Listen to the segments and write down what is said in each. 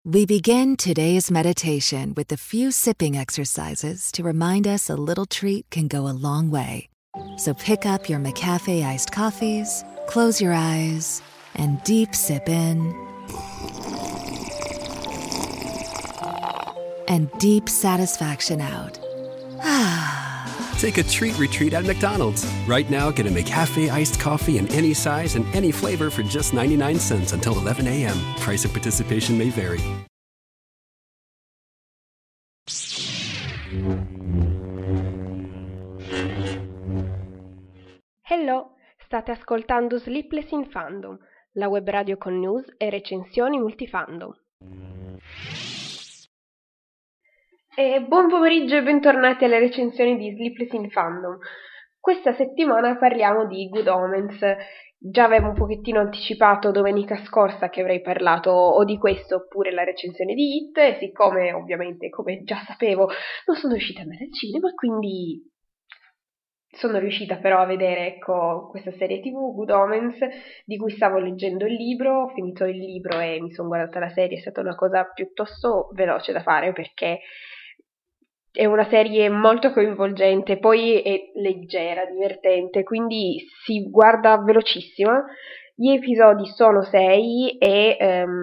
We begin today's meditation with a few sipping exercises to remind us a little treat can go a long way. So pick up your McCafe iced coffees, close your eyes, and deep sip in. And deep satisfaction out. Take a treat retreat at McDonald's. Right now, get a McCafe iced coffee in any size and any flavor for just 99 cents until 11 a.m. Price of participation may vary. Hello, state ascoltando Sleepless in Fandom, la web radio con news e recensioni multifandom. E buon pomeriggio e bentornati alle recensioni di Sleepless in Fandom. Questa settimana parliamo di Good Omens. Già avevo un pochettino anticipato domenica scorsa che avrei parlato o di questo oppure la recensione di It, e siccome ovviamente, come già sapevo, non sono riuscita ad andare al cinema, quindi sono riuscita però a vedere, ecco, questa serie TV, Good Omens, di cui stavo leggendo il libro. Ho finito il libro e mi sono guardata la serie. È stata una cosa piuttosto veloce da fare perché è una serie molto coinvolgente, poi è leggera, divertente, quindi si guarda velocissima. Gli episodi sono 6 e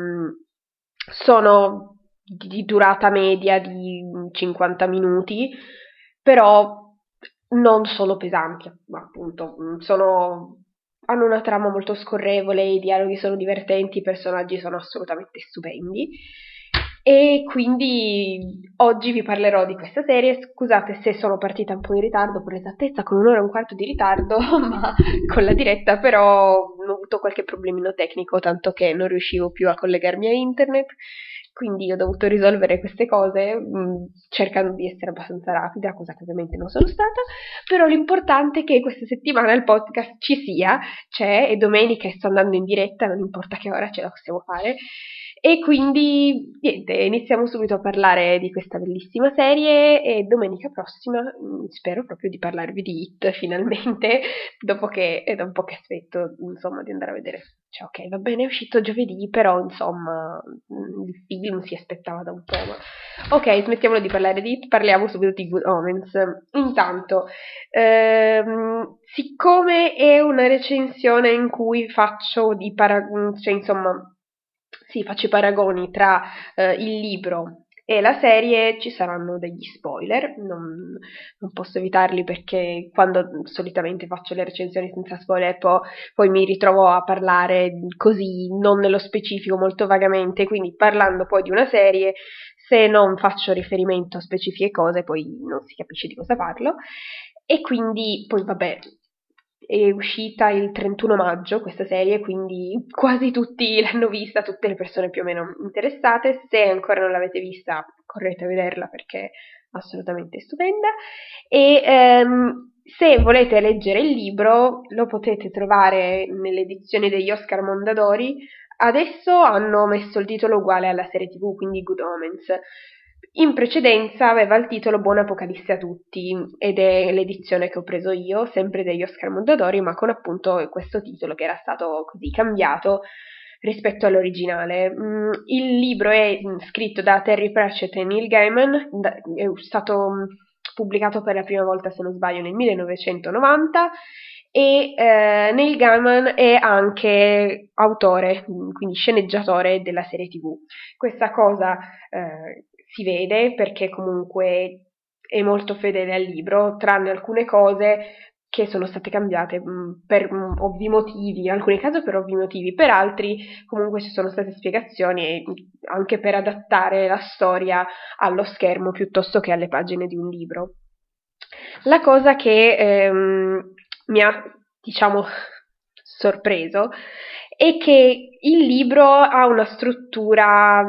sono di durata media di 50 minuti, però non sono pesanti, ma appunto hanno una trama molto scorrevole, i dialoghi sono divertenti, i personaggi sono assolutamente stupendi. E quindi oggi vi parlerò di questa serie. Scusate se sono partita un po' in ritardo, per esattezza con 1 ora e 1/4 di ritardo, ma con la diretta però ho avuto qualche problemino tecnico, tanto che non riuscivo più a collegarmi a internet, quindi ho dovuto risolvere queste cose cercando di essere abbastanza rapida, cosa che ovviamente non sono stata, però l'importante è che questa settimana il podcast c'è, e domenica sto andando in diretta, non importa che ora ce la possiamo fare. E quindi niente, iniziamo subito a parlare di questa bellissima serie e domenica prossima spero proprio di parlarvi di It finalmente, dopo che è da un po' che aspetto insomma di andare a vedere. Cioè ok, va bene, è uscito giovedì, però insomma il film si aspettava da un po', ma... Ok, smettiamolo di parlare di It, parliamo subito di Good Omens. Intanto, siccome è una recensione in cui faccio faccio i paragoni tra il libro e la serie, ci saranno degli spoiler, non posso evitarli perché quando solitamente faccio le recensioni senza spoiler poi mi ritrovo a parlare così, non nello specifico, molto vagamente, quindi parlando poi di una serie, se non faccio riferimento a specifiche cose poi non si capisce di cosa parlo, e quindi poi vabbè, è uscita il 31 maggio questa serie, quindi quasi tutti l'hanno vista, tutte le persone più o meno interessate. Se ancora non l'avete vista, correte a vederla perché è assolutamente stupenda. E se volete leggere il libro, lo potete trovare nelle edizioni degli Oscar Mondadori. Adesso hanno messo il titolo uguale alla serie TV, quindi Good Omens. In precedenza aveva il titolo Buona Apocalisse a tutti, ed è l'edizione che ho preso io, sempre degli Oscar Mondadori, ma con appunto questo titolo che era stato così cambiato rispetto all'originale. Il libro è scritto da Terry Pratchett e Neil Gaiman, è stato pubblicato per la prima volta, se non sbaglio, nel 1990, e Neil Gaiman è anche autore, quindi sceneggiatore della serie TV. Questa cosa si vede perché comunque è molto fedele al libro, tranne alcune cose che sono state cambiate per ovvi motivi, in alcuni casi per ovvi motivi, per altri comunque ci sono state spiegazioni anche per adattare la storia allo schermo piuttosto che alle pagine di un libro. La cosa che mi ha, diciamo, sorpreso è che il libro ha una struttura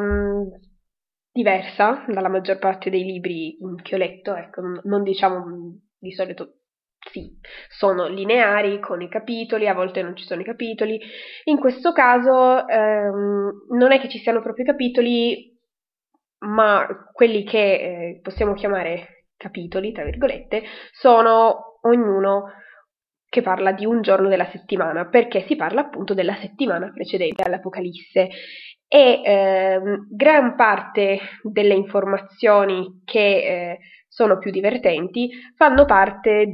diversa dalla maggior parte dei libri che ho letto, ecco, non diciamo di solito sì, sono lineari con i capitoli, a volte non ci sono i capitoli. In questo caso non è che ci siano proprio i capitoli, ma quelli che possiamo chiamare capitoli, tra virgolette, sono ognuno che parla di un giorno della settimana, perché si parla appunto della settimana precedente all'Apocalisse. e gran parte delle informazioni che sono più divertenti fanno parte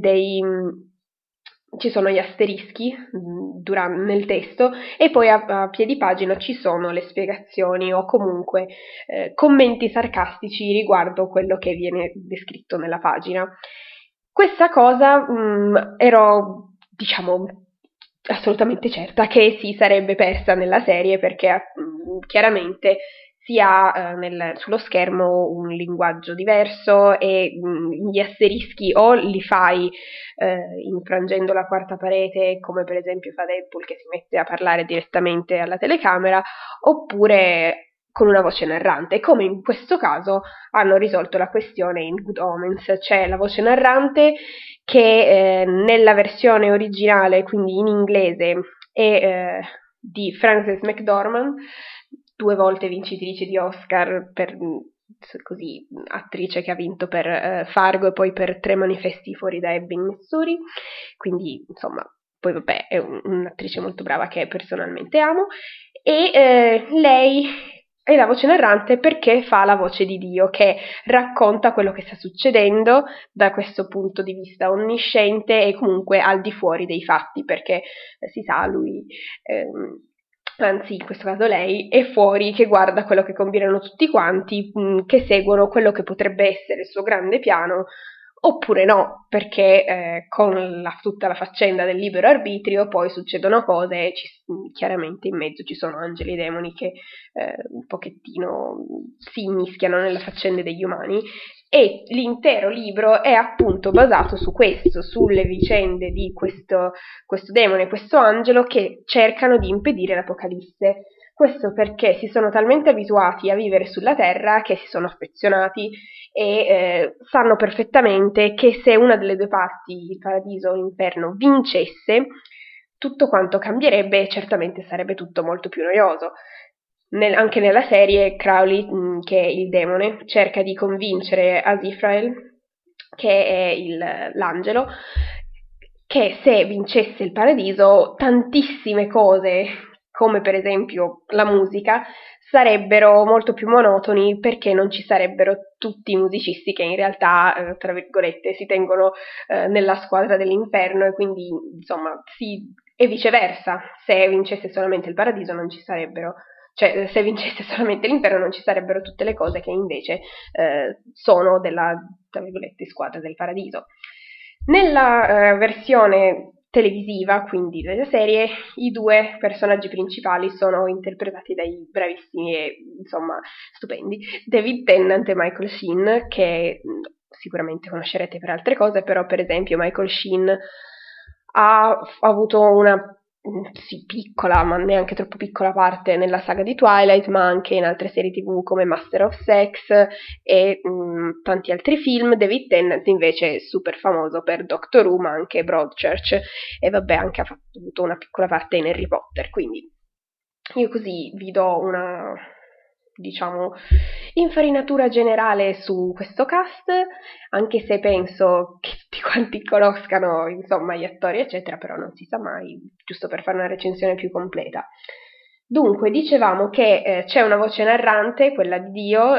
ci sono gli asterischi nel testo e poi a piedi pagina ci sono le spiegazioni o comunque commenti sarcastici riguardo quello che viene descritto nella pagina. Questa cosa ero, diciamo, assolutamente certa che si sarebbe persa nella serie perché chiaramente si ha sullo schermo un linguaggio diverso e gli asterischi o li fai infrangendo la quarta parete, come per esempio fa Deadpool che si mette a parlare direttamente alla telecamera, oppure con una voce narrante, come in questo caso hanno risolto la questione in Good Omens. C'è la voce narrante che nella versione originale, quindi in inglese, è di Frances McDormand, 2 volte vincitrice di Oscar così, attrice che ha vinto per Fargo e poi per 3 manifesti fuori da Ebbing, Missouri, quindi insomma, poi vabbè, è un'attrice molto brava che personalmente amo, e lei è la voce narrante perché fa la voce di Dio, che racconta quello che sta succedendo da questo punto di vista onnisciente e comunque al di fuori dei fatti, perché si sa, lui, anzi in questo caso lei, è fuori che guarda quello che combinano tutti quanti, che seguono quello che potrebbe essere il suo grande piano, oppure no, perché con tutta la faccenda del libero arbitrio poi succedono cose e chiaramente in mezzo ci sono angeli e demoni che un pochettino si immischiano nelle faccende degli umani, e l'intero libro è appunto basato su questo, sulle vicende di questo demone e questo angelo che cercano di impedire l'Apocalisse. Questo perché si sono talmente abituati a vivere sulla terra che si sono affezionati e sanno perfettamente che se una delle due parti, il paradiso o l'inferno, vincesse, tutto quanto cambierebbe e certamente sarebbe tutto molto più noioso. Anche nella serie Crowley, che è il demone, cerca di convincere Aziraphale, che è l'angelo, che se vincesse il paradiso tantissime cose, come per esempio la musica, sarebbero molto più monotoni perché non ci sarebbero tutti i musicisti che in realtà, tra virgolette, si tengono nella squadra dell'inferno, e quindi insomma e viceversa, se vincesse solamente il paradiso non ci sarebbero, cioè se vincesse solamente l'inferno non ci sarebbero tutte le cose che invece sono della, tra virgolette, squadra del paradiso. Nella versione televisiva, quindi della serie, i 2 personaggi principali sono interpretati dai bravissimi e insomma stupendi David Tennant e Michael Sheen, che sicuramente conoscerete per altre cose, però per esempio Michael Sheen ha avuto una piccola, ma neanche troppo piccola parte nella saga di Twilight, ma anche in altre serie TV come Master of Sex e tanti altri film. David Tennant invece è super famoso per Doctor Who, ma anche Broadchurch, e vabbè, anche ha avuto una piccola parte in Harry Potter, quindi io così vi do una, diciamo, infarinatura generale su questo cast, anche se penso che tutti quanti conoscano insomma gli attori eccetera, però non si sa mai, giusto per fare una recensione più completa. Dunque, dicevamo che c'è una voce narrante, quella di Dio,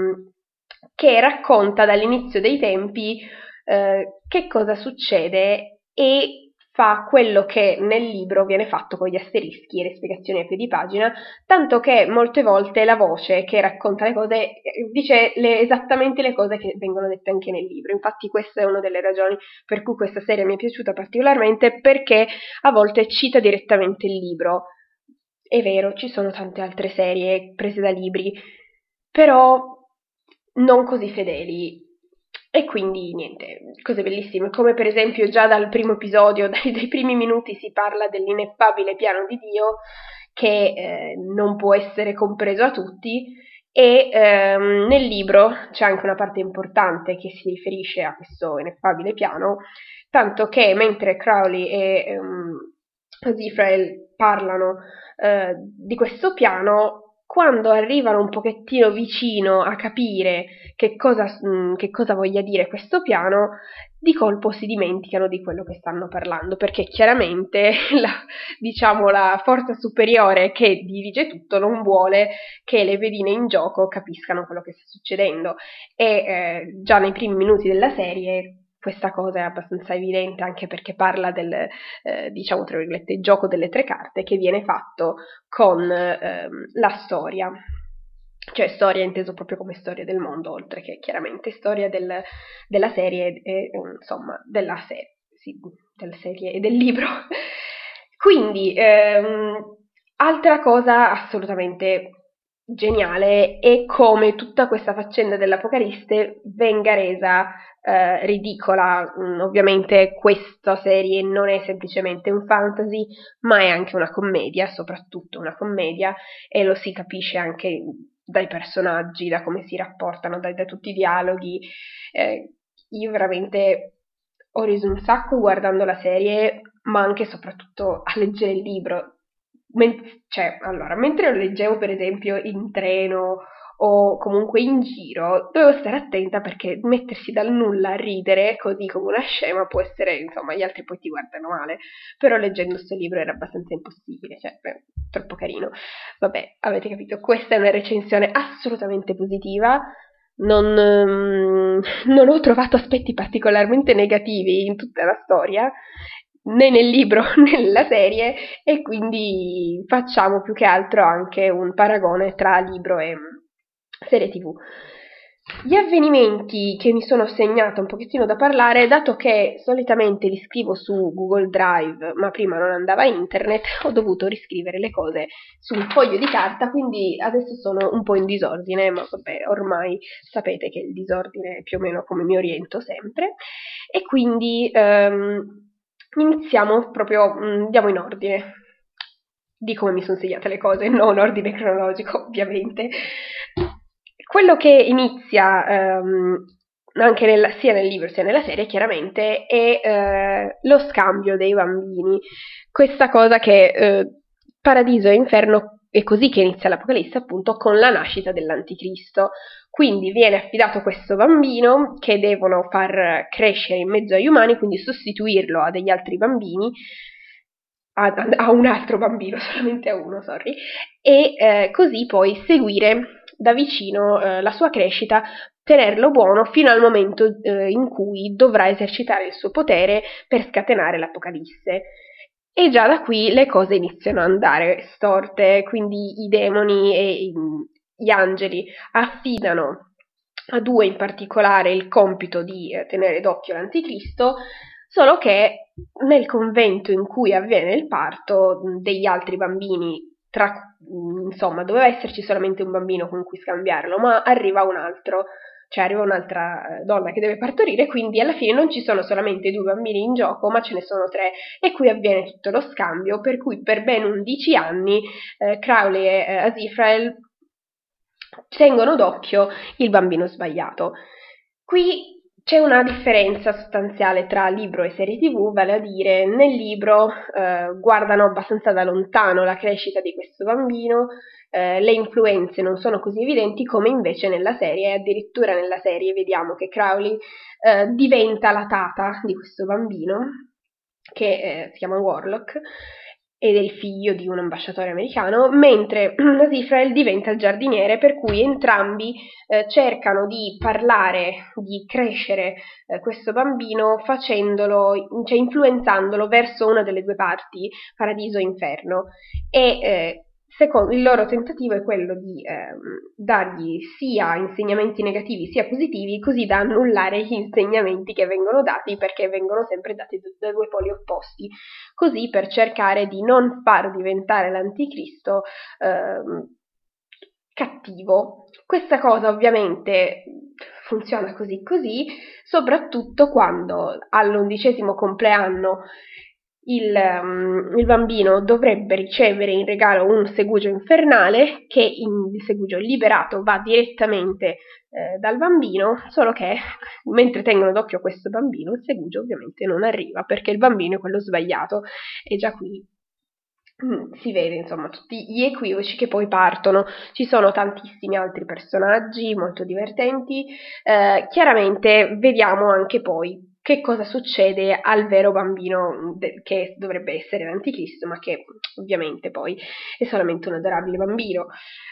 che racconta dall'inizio dei tempi che cosa succede e fa quello che nel libro viene fatto con gli asterischi e le spiegazioni a piedi pagina, tanto che molte volte la voce che racconta le cose dice esattamente le cose che vengono dette anche nel libro. Infatti questa è una delle ragioni per cui questa serie mi è piaciuta particolarmente, perché a volte cita direttamente il libro. È vero, ci sono tante altre serie prese da libri, però non così fedeli. E quindi niente, cose bellissime, come per esempio già dal primo episodio, dai primi minuti si parla dell'ineffabile piano di Dio che non può essere compreso a tutti, e nel libro c'è anche una parte importante che si riferisce a questo ineffabile piano, tanto che mentre Crowley e Aziraphale parlano di questo piano, quando arrivano un pochettino vicino a capire che cosa voglia dire questo piano, di colpo si dimenticano di quello che stanno parlando, perché chiaramente la forza superiore che dirige tutto non vuole che le pedine in gioco capiscano quello che sta succedendo, e già nei primi minuti della serie questa cosa è abbastanza evidente, anche perché parla del, diciamo tra virgolette, gioco delle 3 carte che viene fatto con la storia. Cioè storia inteso proprio come storia del mondo, oltre che chiaramente storia della serie e insomma della serie e del libro. Quindi altra cosa assolutamente geniale è come tutta questa faccenda dell'Apocalisse venga resa ridicola. Ovviamente questa serie non è semplicemente un fantasy, ma è anche una commedia, soprattutto una commedia, e lo si capisce anche dai personaggi, da come si rapportano, da tutti i dialoghi. Io veramente ho riso un sacco guardando la serie, ma anche e soprattutto a leggere il libro. Mentre lo leggevo per esempio in treno o comunque in giro, dovevo stare attenta perché mettersi dal nulla a ridere così come una scema può essere, insomma, gli altri poi ti guardano male, però leggendo sto libro era abbastanza impossibile, troppo carino. Vabbè, avete capito, questa è una recensione assolutamente positiva. Non ho trovato aspetti particolarmente negativi in tutta la storia, né nel libro né nella serie, e quindi facciamo più che altro anche un paragone tra libro e serie TV. Gli avvenimenti che mi sono segnata un pochettino da parlare, dato che solitamente li scrivo su Google Drive, ma prima non andava internet, ho dovuto riscrivere le cose su un foglio di carta, quindi adesso sono un po' in disordine, ma vabbè, ormai sapete che il disordine è più o meno come mi oriento sempre, e quindi iniziamo proprio, andiamo in ordine di come mi sono segnate le cose, non ordine cronologico ovviamente. Quello che inizia anche sia nel libro sia nella serie chiaramente è lo scambio dei bambini, questa cosa che Paradiso e Inferno è così che inizia l'Apocalisse, appunto con la nascita dell'Anticristo. Quindi viene affidato questo bambino che devono far crescere in mezzo agli umani, quindi sostituirlo a degli altri bambini, a un altro bambino, solamente a uno, sorry, e così poi seguire da vicino la sua crescita, tenerlo buono fino al momento in cui dovrà esercitare il suo potere per scatenare l'Apocalisse. E già da qui le cose iniziano ad andare storte, quindi i demoni e gli angeli affidano a 2 in particolare il compito di tenere d'occhio l'Anticristo, solo che nel convento in cui avviene il parto degli altri bambini, insomma doveva esserci solamente un bambino con cui scambiarlo, ma arriva un altro, cioè arriva un'altra donna che deve partorire, quindi alla fine non ci sono solamente 2 bambini in gioco, ma ce ne sono 3, e qui avviene tutto lo scambio, per cui per ben 11 anni Crowley e Aziraphale tengono d'occhio il bambino sbagliato. Qui c'è una differenza sostanziale tra libro e serie TV, vale a dire nel libro guardano abbastanza da lontano la crescita di questo bambino, le influenze non sono così evidenti come invece nella serie, e addirittura nella serie vediamo che Crowley diventa la tata di questo bambino, che si chiama Warlock, ed è il figlio di un ambasciatore americano, mentre Aziraphale diventa il giardiniere, per cui entrambi cercano di parlare, di crescere questo bambino, cioè influenzandolo verso una delle 2 parti, paradiso e inferno, e secondo il loro tentativo è quello di dargli sia insegnamenti negativi sia positivi, così da annullare gli insegnamenti che vengono dati, perché vengono sempre dati da 2 poli opposti, così per cercare di non far diventare l'Anticristo cattivo. Questa cosa ovviamente funziona così, soprattutto quando all'11° compleanno il bambino dovrebbe ricevere in regalo un segugio infernale, che il segugio liberato va direttamente dal bambino, solo che mentre tengono d'occhio questo bambino il segugio ovviamente non arriva, perché il bambino è quello sbagliato, e già qui si vede insomma tutti gli equivoci che poi partono. Ci sono tantissimi altri personaggi molto divertenti, chiaramente vediamo anche poi che cosa succede al vero bambino che dovrebbe essere l'anticristo, ma che ovviamente poi è solamente un adorabile bambino.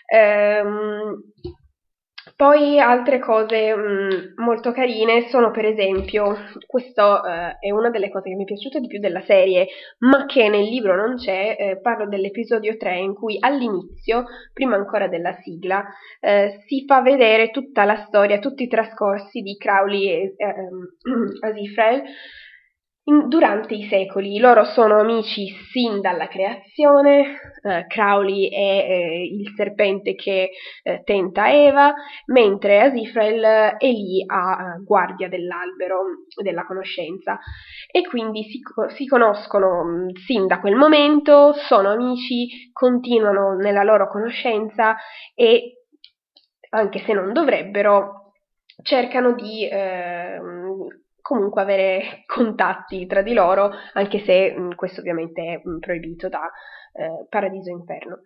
Poi altre cose molto carine sono, per esempio, questo è una delle cose che mi è piaciuta di più della serie, ma che nel libro non c'è. Parlo dell'episodio 3 in cui all'inizio, prima ancora della sigla, si fa vedere tutta la storia, tutti i trascorsi di Crowley e Aziraphale durante i secoli. Loro sono amici sin dalla creazione. Crowley è il serpente che tenta Eva, mentre Aziraphale è lì a guardia dell'albero della conoscenza, e quindi si conoscono sin da quel momento, sono amici, continuano nella loro conoscenza e, anche se non dovrebbero, cercano di comunque avere contatti tra di loro, anche se questo ovviamente è proibito da Paradiso Inferno.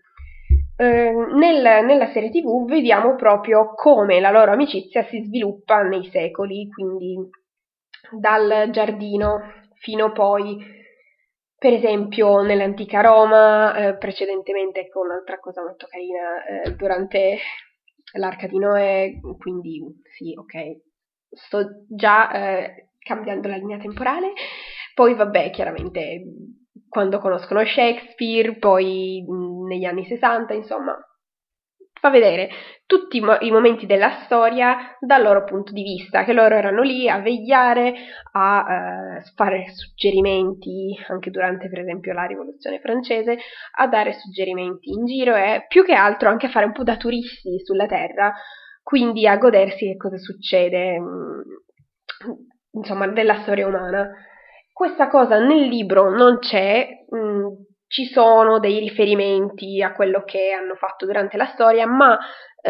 Nella serie TV vediamo proprio come la loro amicizia si sviluppa nei secoli, quindi dal giardino fino poi, per esempio, nell'antica Roma, precedentemente, ecco un'altra cosa molto carina, durante l'Arca di Noè, quindi sì, ok, sto già cambiando la linea temporale. Poi vabbè, chiaramente quando conoscono Shakespeare, poi negli anni 60, insomma, fa vedere tutti i momenti della storia dal loro punto di vista, che loro erano lì a vegliare, a fare suggerimenti anche durante, per esempio, la Rivoluzione francese, a dare suggerimenti in giro e più che altro anche a fare un po' da turisti sulla Terra, quindi a godersi che cosa succede, insomma, della storia umana. Questa cosa nel libro non c'è, ci sono dei riferimenti a quello che hanno fatto durante la storia, ma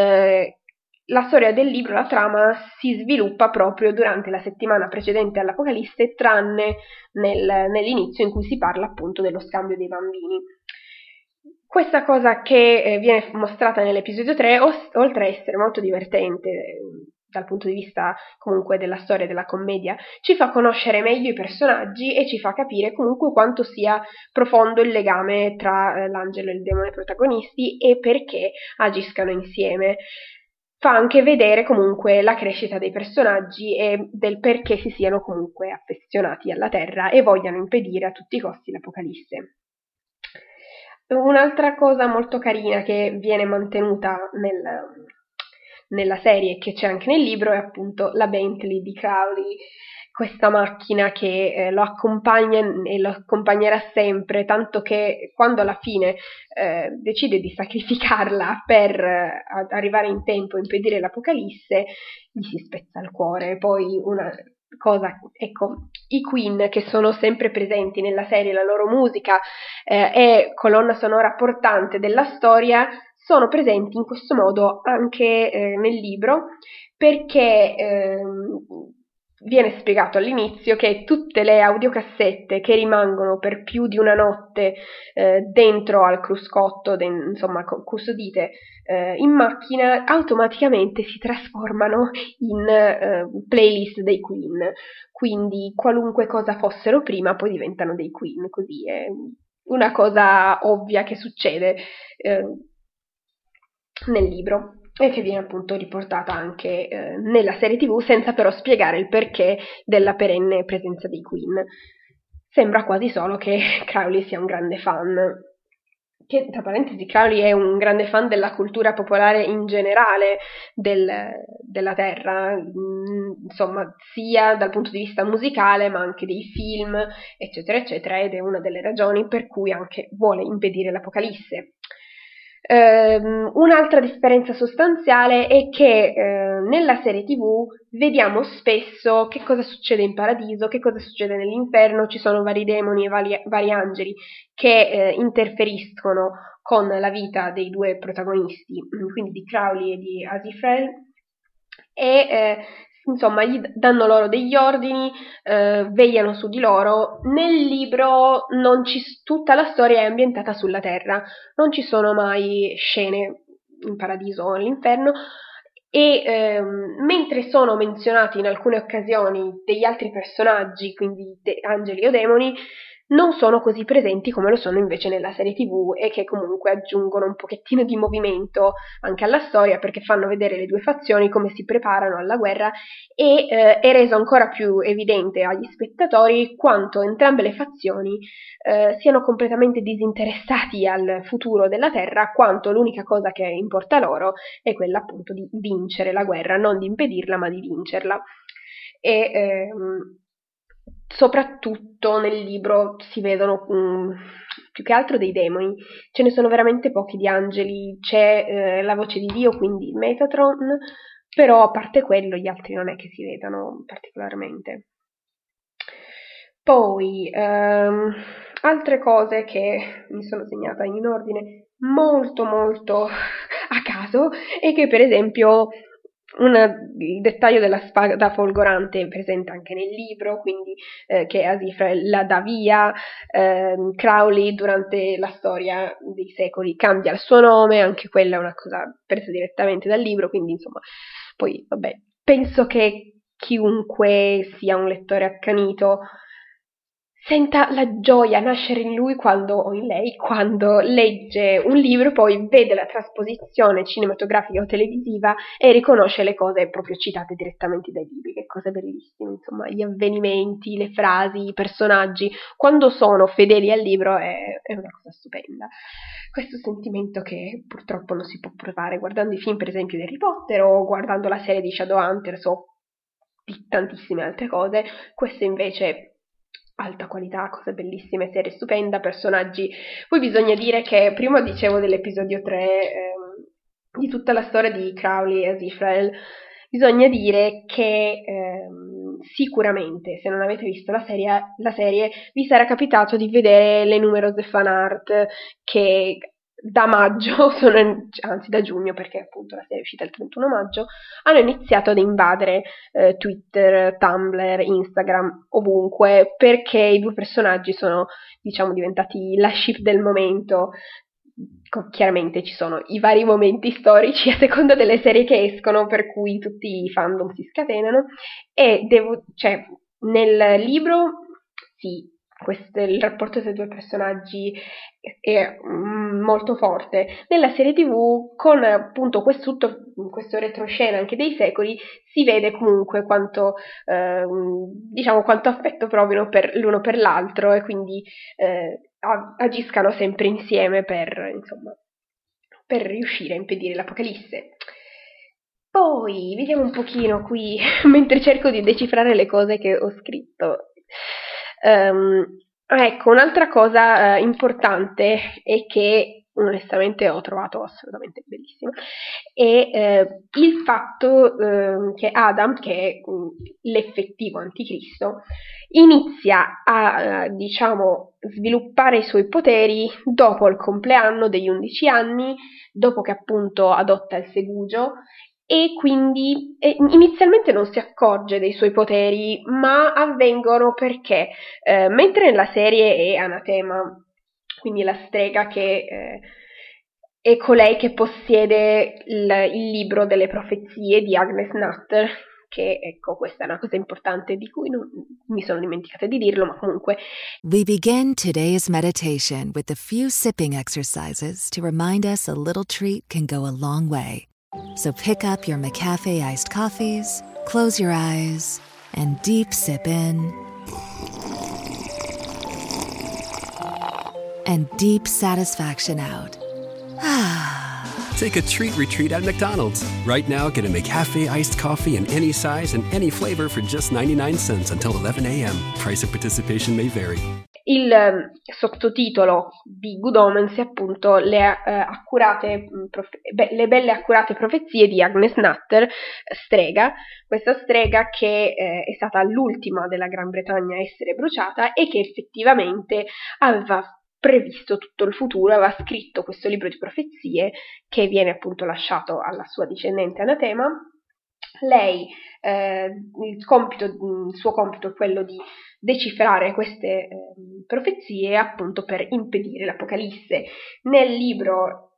la storia del libro, la trama, si sviluppa proprio durante la settimana precedente all'Apocalisse, tranne nell'inizio in cui si parla appunto dello scambio dei bambini. Questa cosa che viene mostrata nell'episodio 3, oltre a essere molto divertente dal punto di vista comunque della storia della commedia, ci fa conoscere meglio i personaggi e ci fa capire comunque quanto sia profondo il legame tra l'angelo e il demone protagonisti e perché agiscano insieme. Fa anche vedere comunque la crescita dei personaggi e del perché si siano comunque affezionati alla Terra e vogliano impedire a tutti i costi l'Apocalisse. Un'altra cosa molto carina che viene mantenuta nella serie e che c'è anche nel libro è appunto la Bentley di Crowley, questa macchina che lo accompagna e lo accompagnerà sempre, tanto che quando alla fine decide di sacrificarla per arrivare in tempo e impedire l'Apocalisse, gli si spezza il cuore. Poi una cosa, ecco, i Queen, che sono sempre presenti nella serie, la loro musica e colonna sonora portante della storia, sono presenti in questo modo anche nel libro, perché viene spiegato all'inizio che tutte le audiocassette che rimangono per più di una notte dentro al cruscotto, insomma custodite in macchina, automaticamente si trasformano in playlist dei Queen, quindi qualunque cosa fossero prima poi diventano dei Queen, così è una cosa ovvia che succede nel libro e che viene appunto riportata anche nella serie TV, senza però spiegare il perché della perenne presenza dei Queen. Sembra quasi solo che Crowley sia un grande fan, che tra parentesi Crowley è un grande fan della cultura popolare in generale della Terra, insomma sia dal punto di vista musicale ma anche dei film eccetera eccetera, ed è una delle ragioni per cui anche vuole impedire l'Apocalisse. Un'altra differenza sostanziale è che nella serie TV vediamo spesso che cosa succede in paradiso, che cosa succede nell'inferno. Ci sono vari demoni e vari angeli che interferiscono con la vita dei due protagonisti, quindi di Crowley e di Aziraphale, e insomma gli danno loro degli ordini, vegliano su di loro. Nel libro tutta la storia è ambientata sulla Terra, non ci sono mai scene in paradiso o all'inferno, e mentre sono menzionati in alcune occasioni degli altri personaggi, quindi angeli o demoni, non sono così presenti come lo sono invece nella serie TV, e che comunque aggiungono un pochettino di movimento anche alla storia, perché fanno vedere le due fazioni come si preparano alla guerra, e è reso ancora più evidente agli spettatori quanto entrambe le fazioni siano completamente disinteressati al futuro della Terra, quanto l'unica cosa che importa loro è quella appunto di vincere la guerra, non di impedirla ma di vincerla. E soprattutto nel libro si vedono più che altro dei demoni, ce ne sono veramente pochi di angeli, c'è la voce di Dio, quindi Metatron, però a parte quello gli altri non è che si vedano particolarmente. Poi altre cose che mi sono segnata in ordine molto molto a caso è che per esempio il dettaglio della spada folgorante è presente anche nel libro, quindi che Aziraphale la dà via. Crowley durante la storia dei secoli cambia il suo nome, anche quella è una cosa presa direttamente dal libro, quindi insomma, poi vabbè, penso che chiunque sia un lettore accanito senta la gioia nascere in lui o in lei quando legge un libro, poi vede la trasposizione cinematografica o televisiva e riconosce le cose proprio citate direttamente dai libri. Che cose bellissime, insomma, gli avvenimenti, le frasi, i personaggi, quando sono fedeli al libro è una cosa stupenda. Questo sentimento che purtroppo non si può provare guardando i film, per esempio, di Harry Potter, o guardando la serie di Shadowhunters o di tantissime altre cose. Questo invece alta qualità, cose bellissime, serie stupenda, personaggi. Poi bisogna dire che prima dicevo dell'episodio 3 di tutta la storia di Crowley e Aziraphale, bisogna dire che sicuramente se non avete visto la serie vi sarà capitato di vedere le numerose fan art che da maggio, anzi da giugno, perché appunto la serie è uscita il 31 maggio, hanno iniziato ad invadere Twitter, Tumblr, Instagram, ovunque, perché i due personaggi sono, diciamo, diventati la ship del momento. Chiaramente ci sono i vari momenti storici a seconda delle serie che escono, per cui tutti i fandom si scatenano, e nel libro sì, il rapporto tra i due personaggi è molto forte. Nella serie TV, con appunto questo retroscena anche dei secoli, si vede comunque quanto affetto provino l'uno per l'altro, e quindi agiscano sempre insieme per riuscire a impedire l'Apocalisse. Poi vediamo un pochino qui mentre cerco di decifrare le cose che ho scritto. Ecco, un'altra cosa importante e che onestamente ho trovato assolutamente bellissimo è il fatto che Adam, che è l'effettivo anticristo, inizia a sviluppare i suoi poteri dopo il compleanno degli 11 anni, dopo che appunto adotta il segugio. E quindi inizialmente non si accorge dei suoi poteri, ma avvengono perché mentre nella serie è Anatema, quindi la strega che è colei che possiede il libro delle profezie di Agnes Nutter, che ecco, questa è una cosa importante di cui non mi sono dimenticata di dirlo, ma comunque. We begin today's meditation with a few sipping exercises to remind us a little treat can go a long way. So pick up your McCafe iced coffees, close your eyes, and deep sip in. And deep satisfaction out. Take a treat retreat at McDonald's. Right now, get a McCafe iced coffee in any size and any flavor for just 99 cents until 11 a.m. Price of participation may vary. Il sottotitolo di Good Omens è appunto le belle accurate profezie di Agnes Nutter, strega, questa strega che è stata l'ultima della Gran Bretagna a essere bruciata e che effettivamente aveva previsto tutto il futuro, aveva scritto questo libro di profezie che viene appunto lasciato alla sua discendente Anatema, lei, il suo compito è quello di decifrare queste profezie, appunto per impedire l'Apocalisse. Nel libro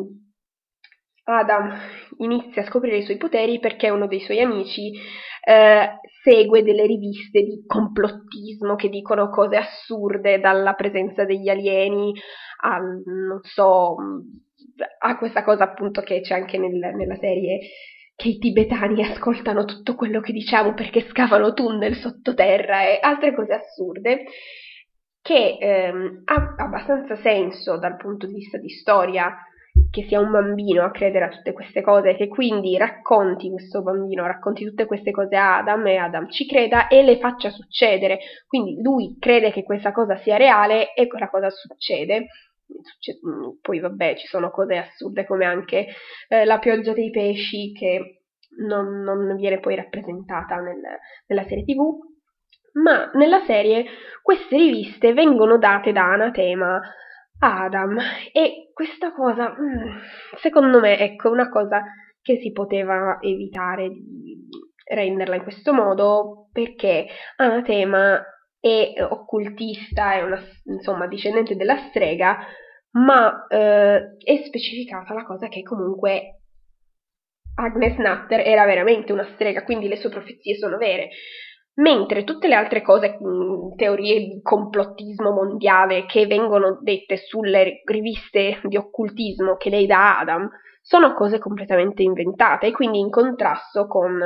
Adam inizia a scoprire i suoi poteri perché uno dei suoi amici segue delle riviste di complottismo che dicono cose assurde, dalla presenza degli alieni a, non so, a questa cosa appunto che c'è anche nella serie, che i tibetani ascoltano tutto quello che diciamo perché scavano tunnel sottoterra e altre cose assurde, che ha abbastanza senso dal punto di vista di storia che sia un bambino a credere a tutte queste cose, che quindi questo bambino racconti tutte queste cose a Adam e Adam ci creda e le faccia succedere. Quindi lui crede che questa cosa sia reale e quella cosa succede. Poi vabbè, ci sono cose assurde come anche la pioggia dei pesci che non viene poi rappresentata nella serie TV, ma nella serie queste riviste vengono date da Anatema a Adam e questa cosa, secondo me, ecco, una cosa che si poteva evitare di renderla in questo modo, perché Anatema è occultista, è insomma discendente della strega, ma è specificata la cosa che comunque Agnes Nutter era veramente una strega, quindi le sue profezie sono vere. Mentre tutte le altre cose, teorie di complottismo mondiale che vengono dette sulle riviste di occultismo che lei dà a Adam, sono cose completamente inventate e quindi in contrasto con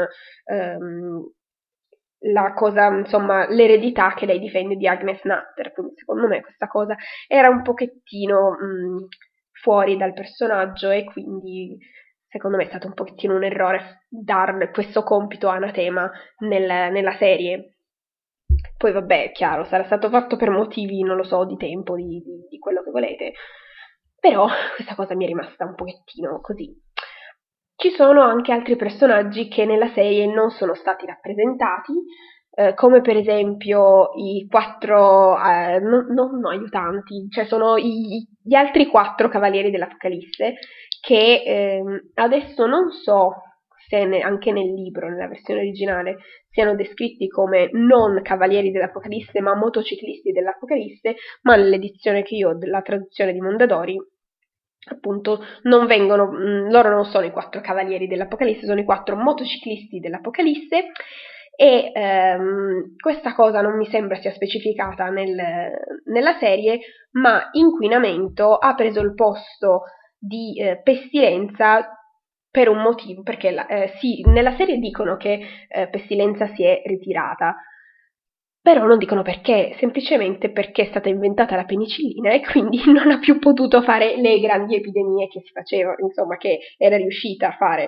la cosa, insomma, l'eredità che lei difende di Agnes Nutter. Quindi secondo me questa cosa era un pochettino fuori dal personaggio e quindi secondo me è stato un pochettino un errore dar questo compito a Anatema nella serie. Poi vabbè, è chiaro, sarà stato fatto per motivi, non lo so, di tempo, di quello che volete, però questa cosa mi è rimasta un pochettino così. Ci sono anche altri personaggi che nella serie non sono stati rappresentati, come per esempio i 4, non aiutanti, cioè sono gli altri 4 cavalieri dell'Apocalisse, che adesso non so se anche nel libro, nella versione originale, siano descritti come non cavalieri dell'Apocalisse, ma motociclisti dell'Apocalisse, ma nell'edizione che io ho della traduzione di Mondadori, appunto, non vengono, loro non sono i 4 cavalieri dell'Apocalisse, sono i 4 motociclisti dell'Apocalisse. E questa cosa non mi sembra sia specificata nella serie, ma inquinamento ha preso il posto di pestilenza per un motivo, perché sì, nella serie dicono che Pestilenza si è ritirata, però non dicono perché, semplicemente perché è stata inventata la penicillina e quindi non ha più potuto fare le grandi epidemie che si facevano, insomma, che era riuscita a fare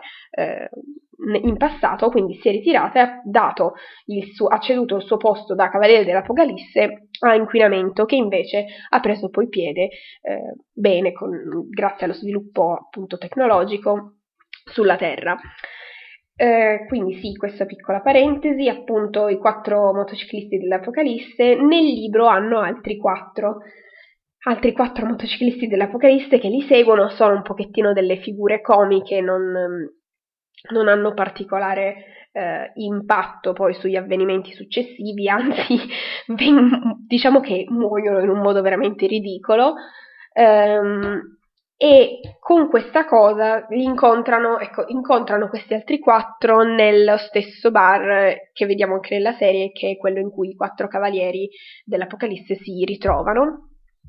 in passato, quindi si è ritirata e ha ceduto il suo posto da Cavaliere dell'Apocalisse a Inquinamento, che invece ha preso poi piede bene grazie allo sviluppo appunto tecnologico sulla Terra. Quindi sì, questa piccola parentesi, appunto i 4 motociclisti dell'Apocalisse, nel libro hanno altri 4 motociclisti dell'Apocalisse che li seguono, sono un pochettino delle figure comiche, non hanno particolare impatto poi sugli avvenimenti successivi, anzi diciamo che muoiono in un modo veramente ridicolo. E con questa cosa incontrano questi altri 4 nello stesso bar che vediamo anche nella serie, che è quello in cui i 4 cavalieri dell'Apocalisse si ritrovano.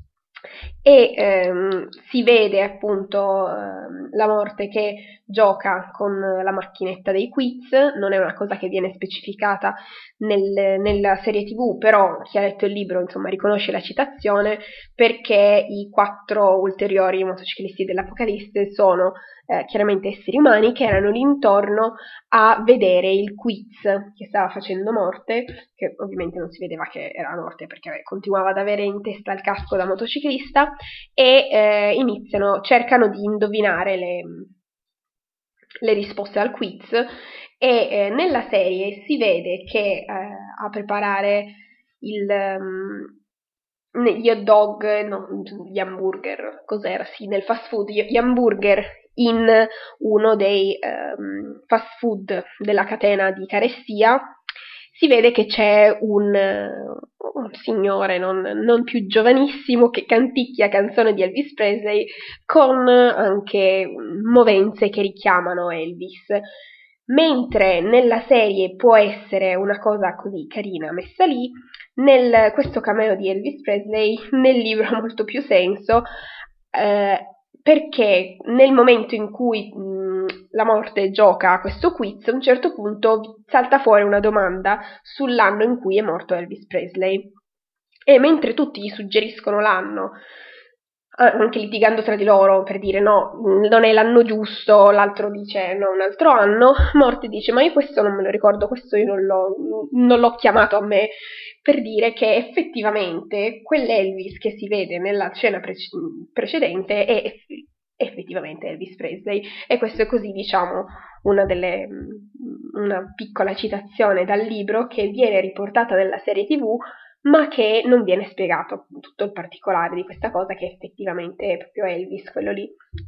E si vede appunto la morte che gioca con la macchinetta dei quiz, non è una cosa che viene specificata nella serie TV, però chi ha letto il libro insomma riconosce la citazione, perché i 4 ulteriori motociclisti dell'Apocalisse sono chiaramente esseri umani che erano lì intorno a vedere il quiz che stava facendo Morte, che ovviamente non si vedeva che era Morte perché continuava ad avere in testa il casco da motociclista, e cercano di indovinare le risposte al quiz, e nella serie si vede che a preparare gli hot dog, no, gli hamburger, cos'era? Sì, nel fast food, gli hamburger in uno dei fast food della catena di carestia. Si vede che c'è un signore non più giovanissimo che canticchia canzoni di Elvis Presley con anche movenze che richiamano Elvis. Mentre nella serie può essere una cosa così carina messa lì, questo cameo di Elvis Presley nel libro ha molto più senso, perché nel momento in cui la morte gioca a questo quiz, a un certo punto salta fuori una domanda sull'anno in cui è morto Elvis Presley, e mentre tutti gli suggeriscono l'anno, anche litigando tra di loro per dire no, non è l'anno giusto, l'altro dice no, un altro anno, Morty dice ma io questo non me lo ricordo, questo io non l'ho chiamato a me, per dire che effettivamente quell'Elvis che si vede nella scena precedente è effettivamente Elvis Presley, e questo è così, diciamo, una piccola citazione dal libro che viene riportata nella serie TV, ma che non viene spiegato tutto il particolare di questa cosa, che effettivamente è proprio Elvis, quello lì.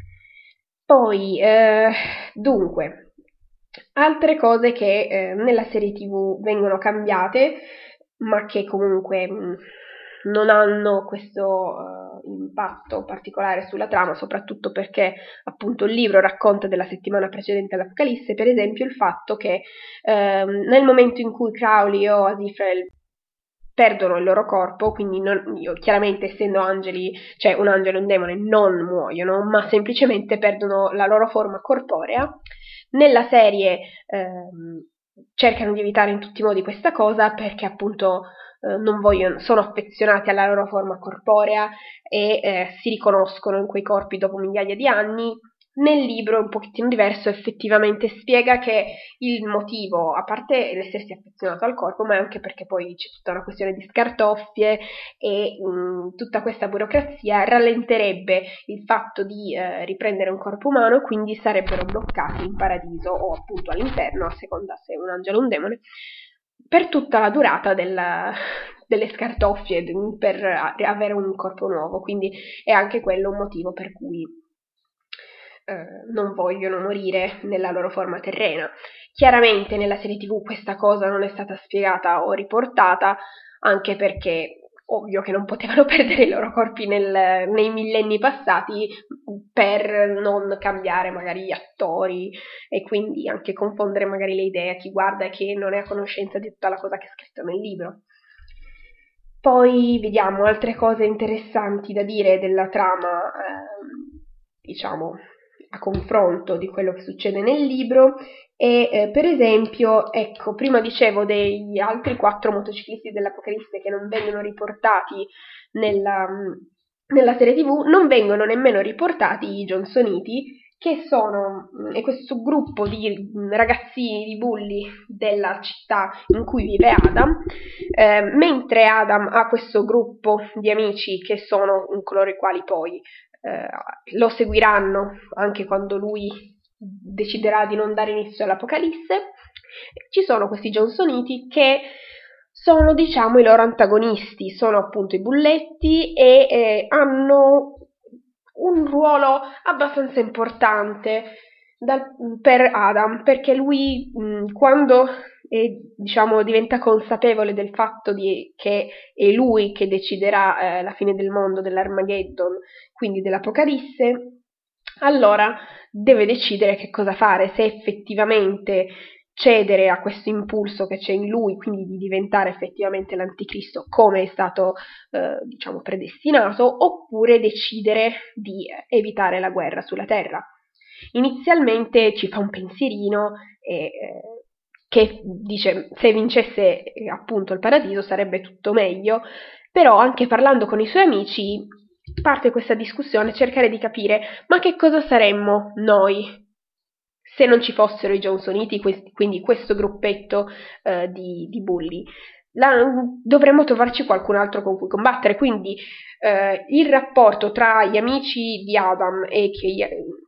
Poi, dunque, altre cose che nella serie TV vengono cambiate, ma che comunque non hanno questo impatto particolare sulla trama, soprattutto perché appunto il libro racconta della settimana precedente all'Apocalisse, per esempio il fatto che nel momento in cui Crowley o Aziraphale perdono il loro corpo, quindi chiaramente essendo angeli, cioè un angelo e un demone non muoiono, ma semplicemente perdono la loro forma corporea. Nella serie cercano di evitare in tutti i modi questa cosa perché appunto non vogliono, sono affezionati alla loro forma corporea e si riconoscono in quei corpi dopo migliaia di anni. Nel libro è un pochettino diverso, effettivamente spiega che il motivo, a parte l'essersi affezionato al corpo, ma è anche perché poi c'è tutta una questione di scartoffie e tutta questa burocrazia rallenterebbe il fatto di riprendere un corpo umano, quindi sarebbero bloccati in paradiso o appunto all'inferno, a seconda se è un angelo o un demone, per tutta la durata delle scartoffie per avere un corpo nuovo, quindi è anche quello un motivo per cui non vogliono morire nella loro forma terrena. Chiaramente nella serie TV questa cosa non è stata spiegata o riportata, anche perché ovvio che non potevano perdere i loro corpi nei millenni passati per non cambiare magari gli attori e quindi anche confondere magari le idee a chi guarda e che non è a conoscenza di tutta la cosa che è scritta nel libro. Poi vediamo altre cose interessanti da dire della trama, diciamo a confronto di quello che succede nel libro, e per esempio, ecco, prima dicevo degli altri 4 motociclisti dell'Apocalisse che non vengono riportati nella serie TV, non vengono nemmeno riportati i Johnsoniti, che è questo gruppo di ragazzini, di bulli della città in cui vive Adam, mentre Adam ha questo gruppo di amici che sono coloro i quali poi lo seguiranno anche quando lui deciderà di non dare inizio all'Apocalisse. Ci sono questi Johnsoniti che sono, diciamo, i loro antagonisti, sono appunto i bulletti e hanno un ruolo abbastanza importante per Adam, perché lui quando diciamo diventa consapevole del fatto che è lui che deciderà la fine del mondo, dell'Armageddon, quindi dell'Apocalisse, allora deve decidere che cosa fare, se effettivamente cedere a questo impulso che c'è in lui, quindi di diventare effettivamente l'anticristo come è stato diciamo predestinato, oppure decidere di evitare la guerra sulla terra. Inizialmente ci fa un pensierino che dice se vincesse appunto il paradiso sarebbe tutto meglio, però anche parlando con i suoi amici parte questa discussione, cercare di capire ma che cosa saremmo noi se non ci fossero i Johnsoniti, quindi questo gruppetto di bulli. Dovremmo trovarci qualcun altro con cui combattere, quindi il rapporto tra gli amici di Adam e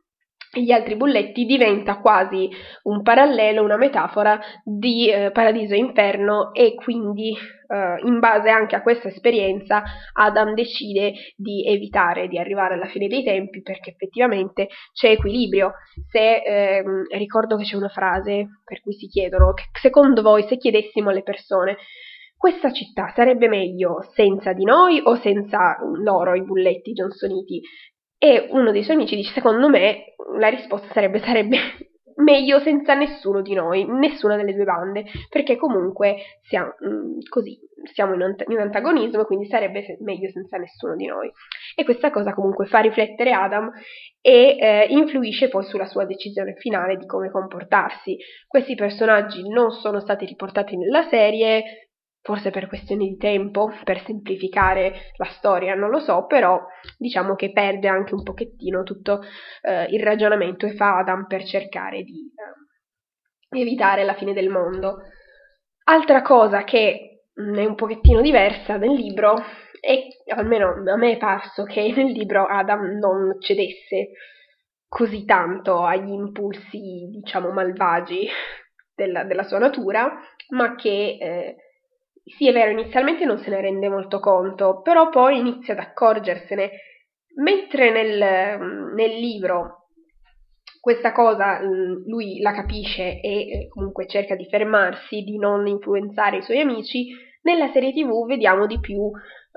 e gli altri bulletti diventa quasi un parallelo, una metafora di paradiso e inferno, e quindi in base anche a questa esperienza Adam decide di evitare di arrivare alla fine dei tempi, perché effettivamente c'è equilibrio. Se ricordo che c'è una frase per cui si chiedono che secondo voi, se chiedessimo alle persone questa città sarebbe meglio senza di noi o senza loro, i bulletti johnsoniti, e uno dei suoi amici dice: secondo me la risposta sarebbe meglio senza nessuno di noi, nessuna delle due bande, perché comunque siamo in antagonismo, quindi sarebbe meglio senza nessuno di noi. E questa cosa comunque fa riflettere Adam e influisce poi sulla sua decisione finale di come comportarsi. Questi personaggi non sono stati riportati nella serie, forse per questioni di tempo, per semplificare la storia, non lo so, però diciamo che perde anche un pochettino tutto il ragionamento che fa Adam per cercare di evitare la fine del mondo. Altra cosa che è un pochettino diversa nel libro, e almeno a me è parso che nel libro Adam non cedesse così tanto agli impulsi, diciamo, malvagi della sua natura, ma che sì, è vero, inizialmente non se ne rende molto conto, però poi inizia ad accorgersene. Mentre nel libro questa cosa lui la capisce e comunque cerca di fermarsi, di non influenzare i suoi amici, nella serie TV vediamo di più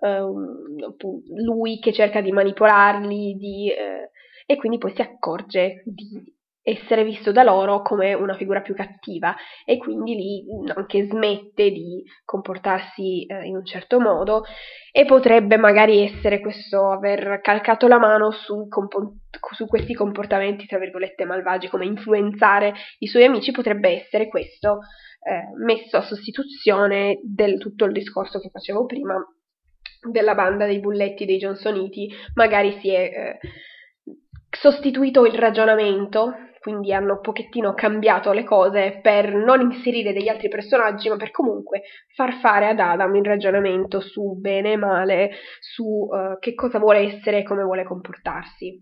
lui che cerca di manipolarli, e quindi poi si accorge di essere visto da loro come una figura più cattiva, e quindi lì anche smette di comportarsi in un certo modo, e potrebbe magari essere questo aver calcato la mano su questi comportamenti tra virgolette malvagi, come influenzare i suoi amici, potrebbe essere questo messo a sostituzione del tutto il discorso che facevo prima della banda dei bulletti dei johnsoniti. Magari si è sostituito il ragionamento, quindi hanno un pochettino cambiato le cose per non inserire degli altri personaggi, ma per comunque far fare ad Adam il ragionamento su bene e male, su che cosa vuole essere e come vuole comportarsi.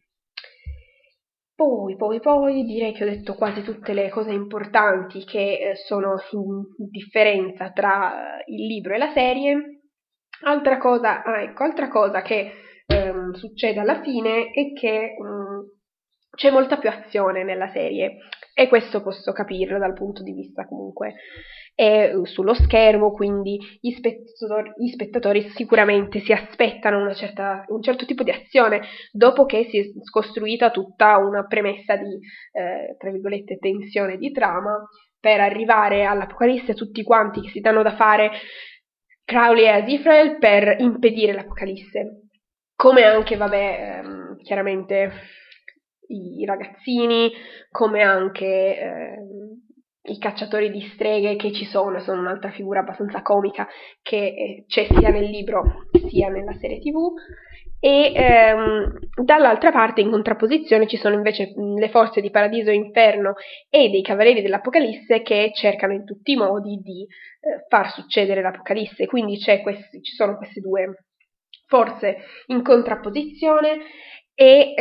Poi direi che ho detto quasi tutte le cose importanti che sono in differenza tra il libro e la serie. Altra cosa che succede alla fine è che c'è molta più azione nella serie, e questo posso capirlo dal punto di vista comunque è sullo schermo, quindi gli spettatori sicuramente si aspettano un certo tipo di azione dopo che si è costruita tutta una premessa di tra virgolette tensione di trama, per arrivare all'Apocalisse tutti quanti che si danno da fare, Crowley e Aziraphale, per impedire l'Apocalisse, come anche chiaramente i ragazzini, come anche i cacciatori di streghe che ci sono un'altra figura abbastanza comica che c'è sia nel libro sia nella serie TV. E dall'altra parte, in contrapposizione, ci sono invece le forze di Paradiso e Inferno e dei Cavalieri dell'Apocalisse, che cercano in tutti i modi di far succedere l'Apocalisse. Quindi ci sono queste due forze in contrapposizione, e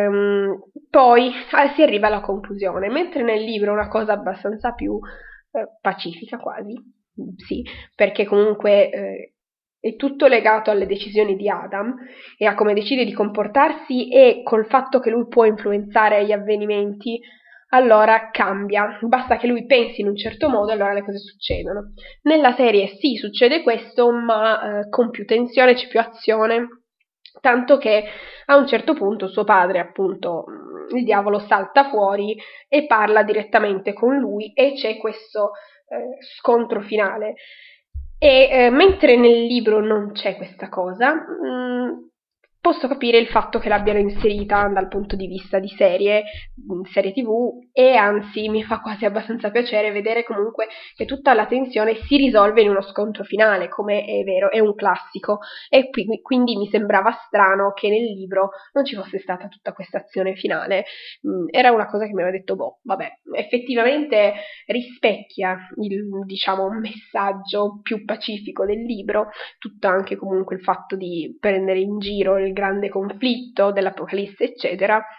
poi si arriva alla conclusione, mentre nel libro è una cosa abbastanza più pacifica quasi, sì, perché comunque è tutto legato alle decisioni di Adam e a come decide di comportarsi, e col fatto che lui può influenzare gli avvenimenti, allora cambia, basta che lui pensi in un certo modo e allora le cose succedono. Nella serie sì, succede questo, ma con più tensione, c'è più azione, tanto che a un certo punto suo padre, appunto, il diavolo, salta fuori e parla direttamente con lui, e c'è questo scontro finale. E mentre nel libro non c'è questa cosa, posso capire il fatto che l'abbiano inserita dal punto di vista di serie TV, e anzi mi fa quasi abbastanza piacere vedere comunque che tutta la tensione si risolve in uno scontro finale, come è vero, è un classico, e quindi mi sembrava strano che nel libro non ci fosse stata tutta questa azione finale. Era una cosa che mi aveva detto, vabbè, effettivamente rispecchia il, diciamo, messaggio più pacifico del libro, tutto anche comunque il fatto di prendere in giro il grande conflitto dell'Apocalisse, eccetera,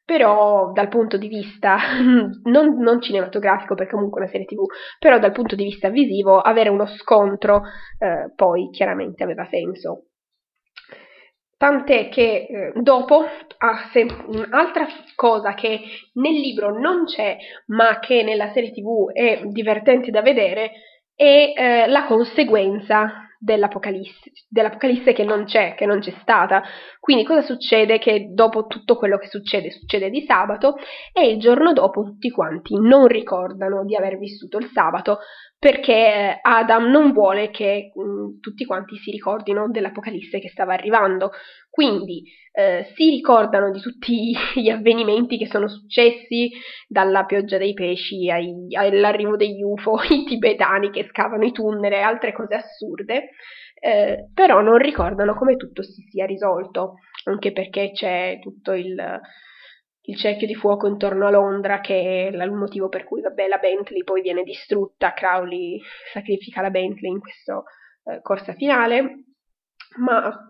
però dal punto di vista non cinematografico, perché comunque è una serie TV, però dal punto di vista visivo avere uno scontro poi chiaramente aveva senso. Tant'è che dopo un'altra cosa che nel libro non c'è, ma che nella serie TV è divertente da vedere, è la conseguenza dell'Apocalisse che non c'è stata. Quindi cosa succede? Che dopo tutto quello che succede di sabato, e il giorno dopo tutti quanti non ricordano di aver vissuto il sabato, perché Adam non vuole che tutti quanti si ricordino dell'Apocalisse che stava arrivando. Quindi si ricordano di tutti gli avvenimenti che sono successi, dalla pioggia dei pesci all'arrivo degli UFO, i tibetani che scavano i tunnel e altre cose assurde, però non ricordano come tutto si sia risolto, anche perché c'è tutto il cerchio di fuoco intorno a Londra, che è il motivo per cui la Bentley poi viene distrutta, Crowley sacrifica la Bentley in questa corsa finale. Ma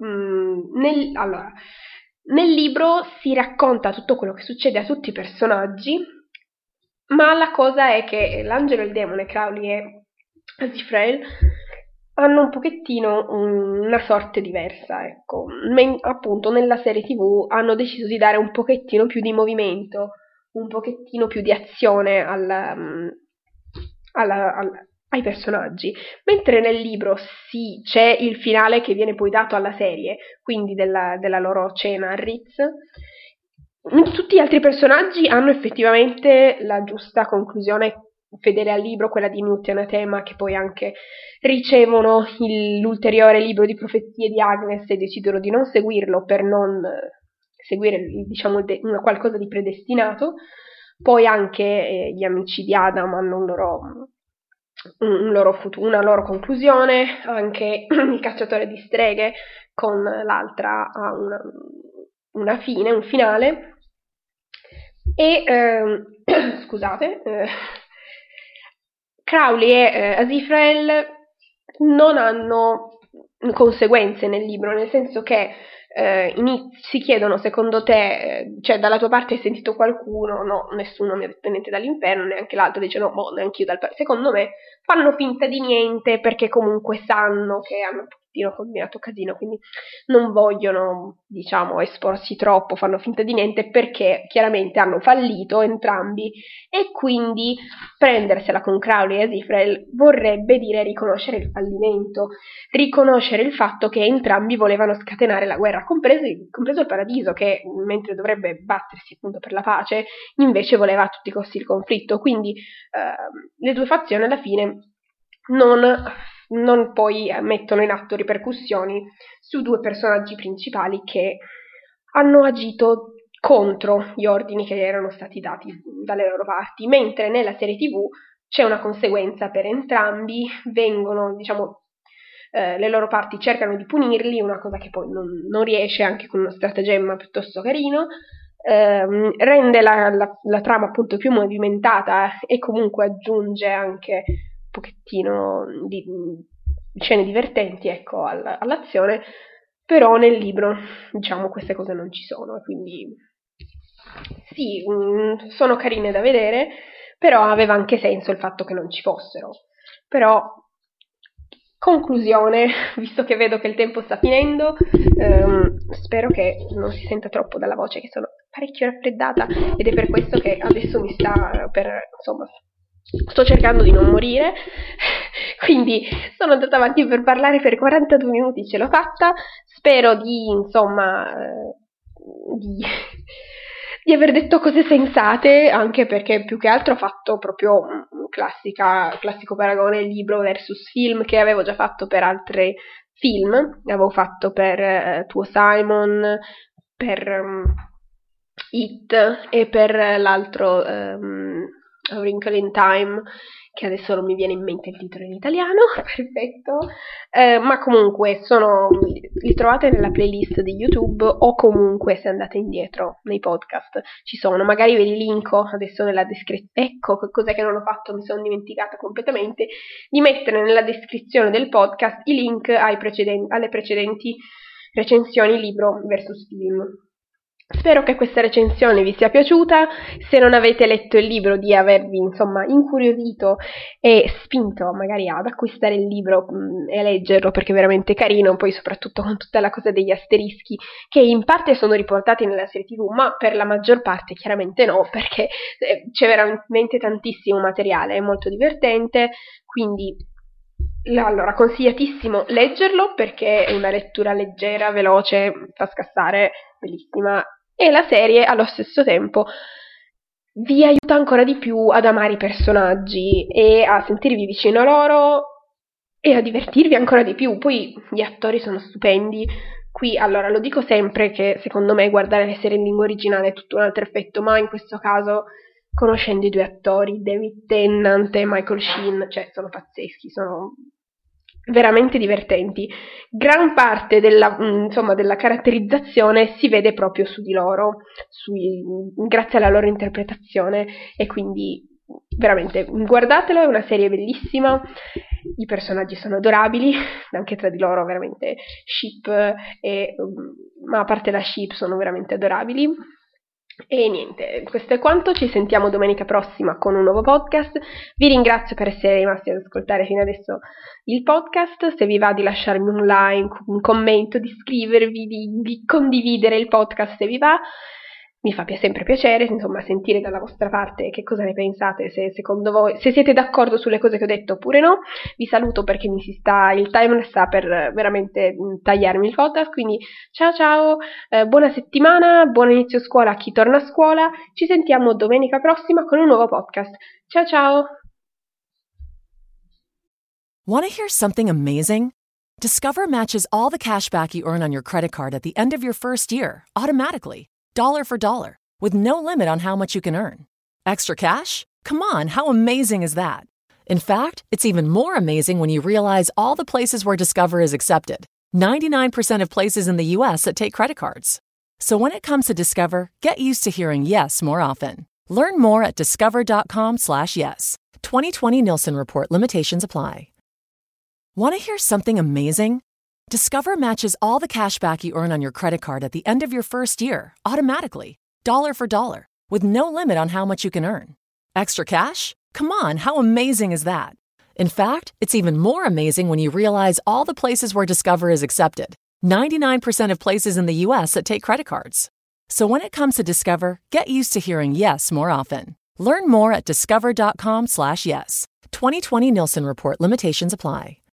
nel libro si racconta tutto quello che succede a tutti i personaggi, ma la cosa è che l'angelo e il demone, Crowley e Aziraphale, hanno un pochettino una sorte diversa, ecco. Appunto nella serie TV hanno deciso di dare un pochettino più di movimento, un pochettino più di azione ai personaggi, mentre nel libro sì, c'è il finale che viene poi dato alla serie, quindi della loro cena a Ritz. Tutti gli altri personaggi hanno effettivamente la giusta conclusione fedele al libro, quella di Newt e Anathema, che poi anche ricevono l'ulteriore libro di profezie di Agnes e decidono di non seguirlo per non seguire, diciamo, qualcosa di predestinato. Poi anche gli amici di Adam hanno una loro conclusione, anche il cacciatore di streghe con l'altra ha una fine, un finale, e scusate, Crowley e Aziraphale non hanno conseguenze nel libro, nel senso che si chiedono, secondo te, cioè dalla tua parte hai sentito qualcuno? No, nessuno mi ha detto niente dall'inferno, neanche l'altro dice no, neanche io secondo me fanno finta di niente, perché comunque sanno che hanno un pochettino combinato casino, quindi non vogliono, diciamo, esporsi troppo, fanno finta di niente, perché chiaramente hanno fallito entrambi, e quindi prendersela con Crowley e Aziraphale vorrebbe dire riconoscere il fallimento, riconoscere il fatto che entrambi volevano scatenare la guerra, compreso il Paradiso, che mentre dovrebbe battersi appunto per la pace, invece voleva a tutti i costi il conflitto. Quindi le due fazioni alla fine non poi mettono in atto ripercussioni su due personaggi principali che hanno agito contro gli ordini che erano stati dati dalle loro parti, mentre nella serie TV c'è una conseguenza per entrambi, vengono, diciamo, le loro parti cercano di punirli, una cosa che poi non riesce, anche con uno stratagemma piuttosto carino, rende la trama appunto più movimentata e comunque aggiunge anche un pochettino di scene divertenti, ecco, all'azione, però nel libro, diciamo, queste cose non ci sono, quindi sì, sono carine da vedere, però aveva anche senso il fatto che non ci fossero. Però, conclusione, visto che vedo che il tempo sta finendo, spero che non si senta troppo dalla voce, che sono parecchio raffreddata, ed è per questo che adesso sto cercando di non morire, quindi sono andata avanti per parlare per 42 minuti, ce l'ho fatta, spero di aver detto cose sensate, anche perché più che altro ho fatto proprio un classico paragone libro versus film, che avevo già fatto per altri film, l'avevo fatto per Tuo Simon, per It e per l'altro A Wrinkle in Time, che adesso non mi viene in mente il titolo in italiano, perfetto, ma comunque li trovate nella playlist di YouTube, o comunque se andate indietro nei podcast ci sono, magari ve li linko adesso nella descrizione. Ecco, cos'è che non ho fatto, mi sono dimenticata completamente di mettere nella descrizione del podcast i link alle precedenti recensioni libro versus film. Spero che questa recensione vi sia piaciuta. Se non avete letto il libro, di avervi insomma incuriosito e spinto magari ad acquistare il libro e leggerlo, perché è veramente carino, poi soprattutto con tutta la cosa degli asterischi che in parte sono riportati nella serie TV, ma per la maggior parte chiaramente no, perché c'è veramente tantissimo materiale, è molto divertente, quindi allora consigliatissimo leggerlo perché è una lettura leggera, veloce, fa scassare, bellissima, e la serie allo stesso tempo vi aiuta ancora di più ad amare i personaggi e a sentirvi vicino a loro e a divertirvi ancora di più. Poi gli attori sono stupendi. Qui, allora, lo dico sempre che secondo me guardare le serie in lingua originale è tutto un altro effetto, ma in questo caso, conoscendo i due attori, David Tennant e Michael Sheen, cioè sono pazzeschi, sono veramente divertenti. Gran parte della caratterizzazione si vede proprio su di loro, grazie alla loro interpretazione, e quindi veramente guardatelo, è una serie bellissima, i personaggi sono adorabili, anche tra di loro veramente ship, ma a parte la ship sono veramente adorabili. E niente, questo è quanto, ci sentiamo domenica prossima con un nuovo podcast. Vi ringrazio per essere rimasti ad ascoltare fino adesso il podcast. Se vi va di lasciarmi un like, un commento, di iscrivervi, di condividere il podcast se vi va, mi fa sempre piacere, insomma, sentire dalla vostra parte che cosa ne pensate, se secondo voi, se siete d'accordo sulle cose che ho detto oppure no. Vi saluto perché il timer sta per veramente tagliarmi il podcast, quindi ciao, buona settimana, buon inizio scuola a chi torna a scuola, ci sentiamo domenica prossima con un nuovo podcast. Ciao! Want to hear something amazing? Discover matches all the cash back you earn on your credit card at the end of your first year, automatically, dollar for dollar, with no limit on how much you can earn. Extra cash? Come on, how amazing is that? In fact, it's even more amazing when you realize all the places where Discover is accepted. 99% of places in the U.S. that take credit cards. So when it comes to Discover, get used to hearing yes more often. Learn more at discover.com/yes. 2020 Nielsen Report. Limitations apply. Want to hear something amazing? Discover matches all the cash back you earn on your credit card at the end of your first year, automatically, dollar for dollar, with no limit on how much you can earn. Extra cash? Come on, how amazing is that? In fact, it's even more amazing when you realize all the places where Discover is accepted. 99% of places in the U.S. that take credit cards. So when it comes to Discover, get used to hearing yes more often. Learn more at discover.com/yes. 2020 Nielsen Report. Limitations apply.